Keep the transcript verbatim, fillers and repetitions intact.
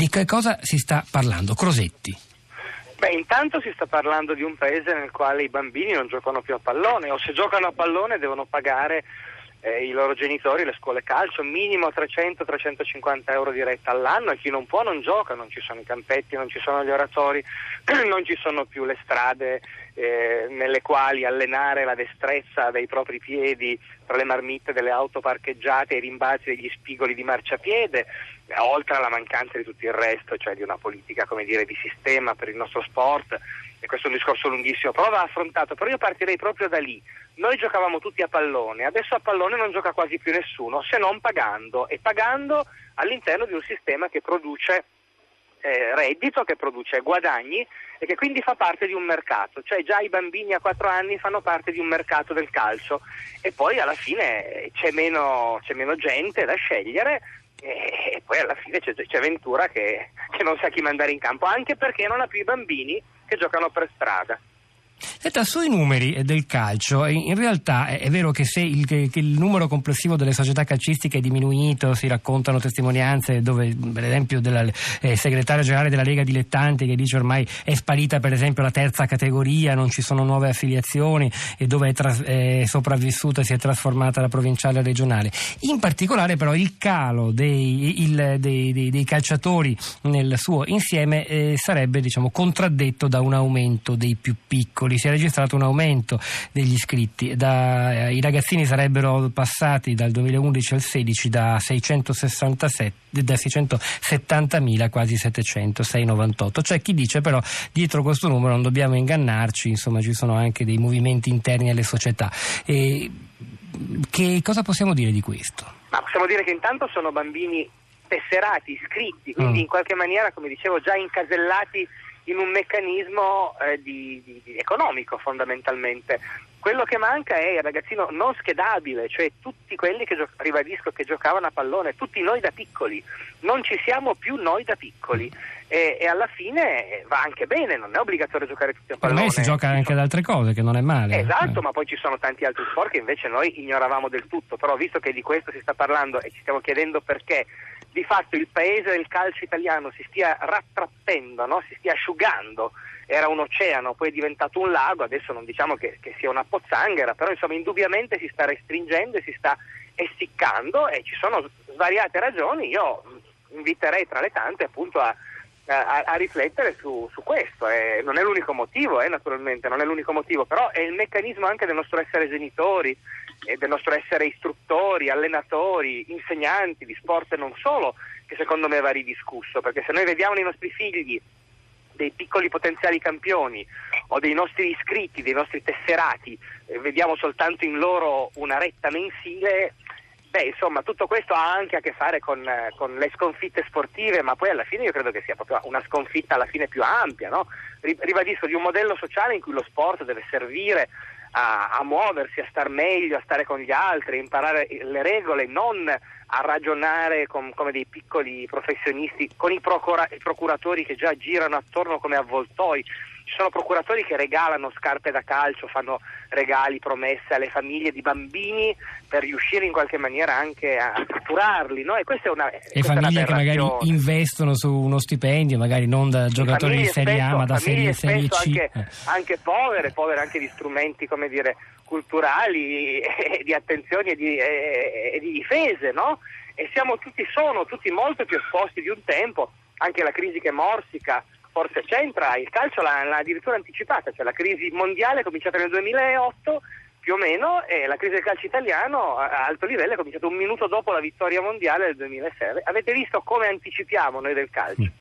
di che cosa si sta parlando? Crosetti. Beh, intanto si sta parlando di un paese nel quale i bambini non giocano più a pallone, o se giocano a pallone devono pagare eh, i loro genitori, le scuole calcio, minimo trecento trecentocinquanta euro di retta all'anno, e chi non può non gioca, non ci sono i campetti, non ci sono gli oratori, non ci sono più le strade eh, nelle quali allenare la destrezza dei propri piedi tra le marmitte delle auto parcheggiate e i rimbalzi degli spigoli di marciapiede, oltre alla mancanza di tutto il resto, cioè di una politica, come dire, di sistema per il nostro sport. E questo è un discorso lunghissimo, però va affrontato. Però io partirei proprio da lì. Noi giocavamo tutti a pallone, adesso a pallone non gioca quasi più nessuno, se non pagando, e pagando all'interno di un sistema che produce eh, reddito, che produce guadagni e che quindi fa parte di un mercato. Cioè già i bambini a quattro anni fanno parte di un mercato del calcio, e poi alla fine c'è meno, c'è meno gente da scegliere, e poi alla fine c'è, c'è Ventura che, che non sa chi mandare in campo, anche perché non ha più i bambini che giocano per strada. Senta, sui numeri del calcio, in realtà è vero che se il, che il numero complessivo delle società calcistiche è diminuito, si raccontano testimonianze dove, per esempio, della eh, segretaria generale della Lega Dilettanti che dice ormai è sparita per esempio la terza categoria, non ci sono nuove affiliazioni, e dove è, tras- è sopravvissuta si è trasformata la provinciale regionale. In particolare però il calo dei, il, dei, dei, dei calciatori nel suo insieme eh, sarebbe, diciamo, contraddetto da un aumento dei più piccoli. Si è registrato un aumento degli iscritti, da, eh, i ragazzini sarebbero passati dal duemilaundici al sedici da seicentosessantasette, da seicentosettantamila a quasi settecento, seicentonovantotto. C'è chi dice però dietro questo numero non dobbiamo ingannarci, insomma ci sono anche dei movimenti interni alle società. E che cosa possiamo dire di questo? Ma possiamo dire che intanto sono bambini tesserati, iscritti, quindi mm. in qualche maniera, come dicevo, già incasellati in un meccanismo eh, di, di, di economico fondamentalmente. Quello che manca è il ragazzino non schedabile, cioè tutti quelli che gio- ribadisco che giocavano a pallone, tutti noi da piccoli, non ci siamo più noi da piccoli, e, e alla fine va anche bene, non è obbligatorio giocare tutti a pallone. Per me si gioca anche sono... ad altre cose, che non è male. Esatto, eh. ma poi ci sono tanti altri sport che invece noi ignoravamo del tutto, però visto che di questo si sta parlando e ci stiamo chiedendo perché di fatto il paese del calcio italiano si stia rattrappendo, no? Si stia asciugando, era un oceano, poi è diventato un lago, adesso non diciamo che, che sia una pozzanghera, però insomma indubbiamente si sta restringendo e si sta essiccando, e ci sono svariate ragioni. Io inviterei tra le tante appunto a, a, a riflettere su, su questo. Eh, non è l'unico motivo, eh, naturalmente, non è l'unico motivo, però è il meccanismo anche del nostro essere genitori, e del nostro essere istruttori, allenatori, insegnanti di sport e non solo, che secondo me va ridiscusso, perché se noi vediamo nei nostri figli dei piccoli potenziali campioni o dei nostri iscritti, dei nostri tesserati, eh, vediamo soltanto in loro una retta mensile, beh insomma tutto questo ha anche a che fare con, eh, con le sconfitte sportive, ma poi alla fine io credo che sia proprio una sconfitta alla fine più ampia, no? Ribadisco, di un modello sociale in cui lo sport deve servire A, a muoversi, a star meglio, a stare con gli altri, a imparare le regole, non a ragionare con, come dei piccoli professionisti, con i, procura, i procuratori che già girano attorno come avvoltoi. Ci sono procuratori che regalano scarpe da calcio, fanno regali, promesse alle famiglie di bambini per riuscire in qualche maniera anche a catturarli, no? E questa è una e famiglie che magari investono su uno stipendio, magari non da giocatori di Serie A, ma da serie, serie C. Anche, eh. anche povere, povere anche di strumenti, come dire, culturali, e di attenzioni e di, e, e di difese, no? E siamo tutti, sono tutti molto più esposti di un tempo. Anche la crisi che morsica forse c'entra, il calcio l'ha, l'ha addirittura anticipata, cioè la crisi mondiale è cominciata nel duemilaotto più o meno, e la crisi del calcio italiano a alto livello è cominciata un minuto dopo la vittoria mondiale del duemilasei. Avete visto come anticipiamo noi del calcio?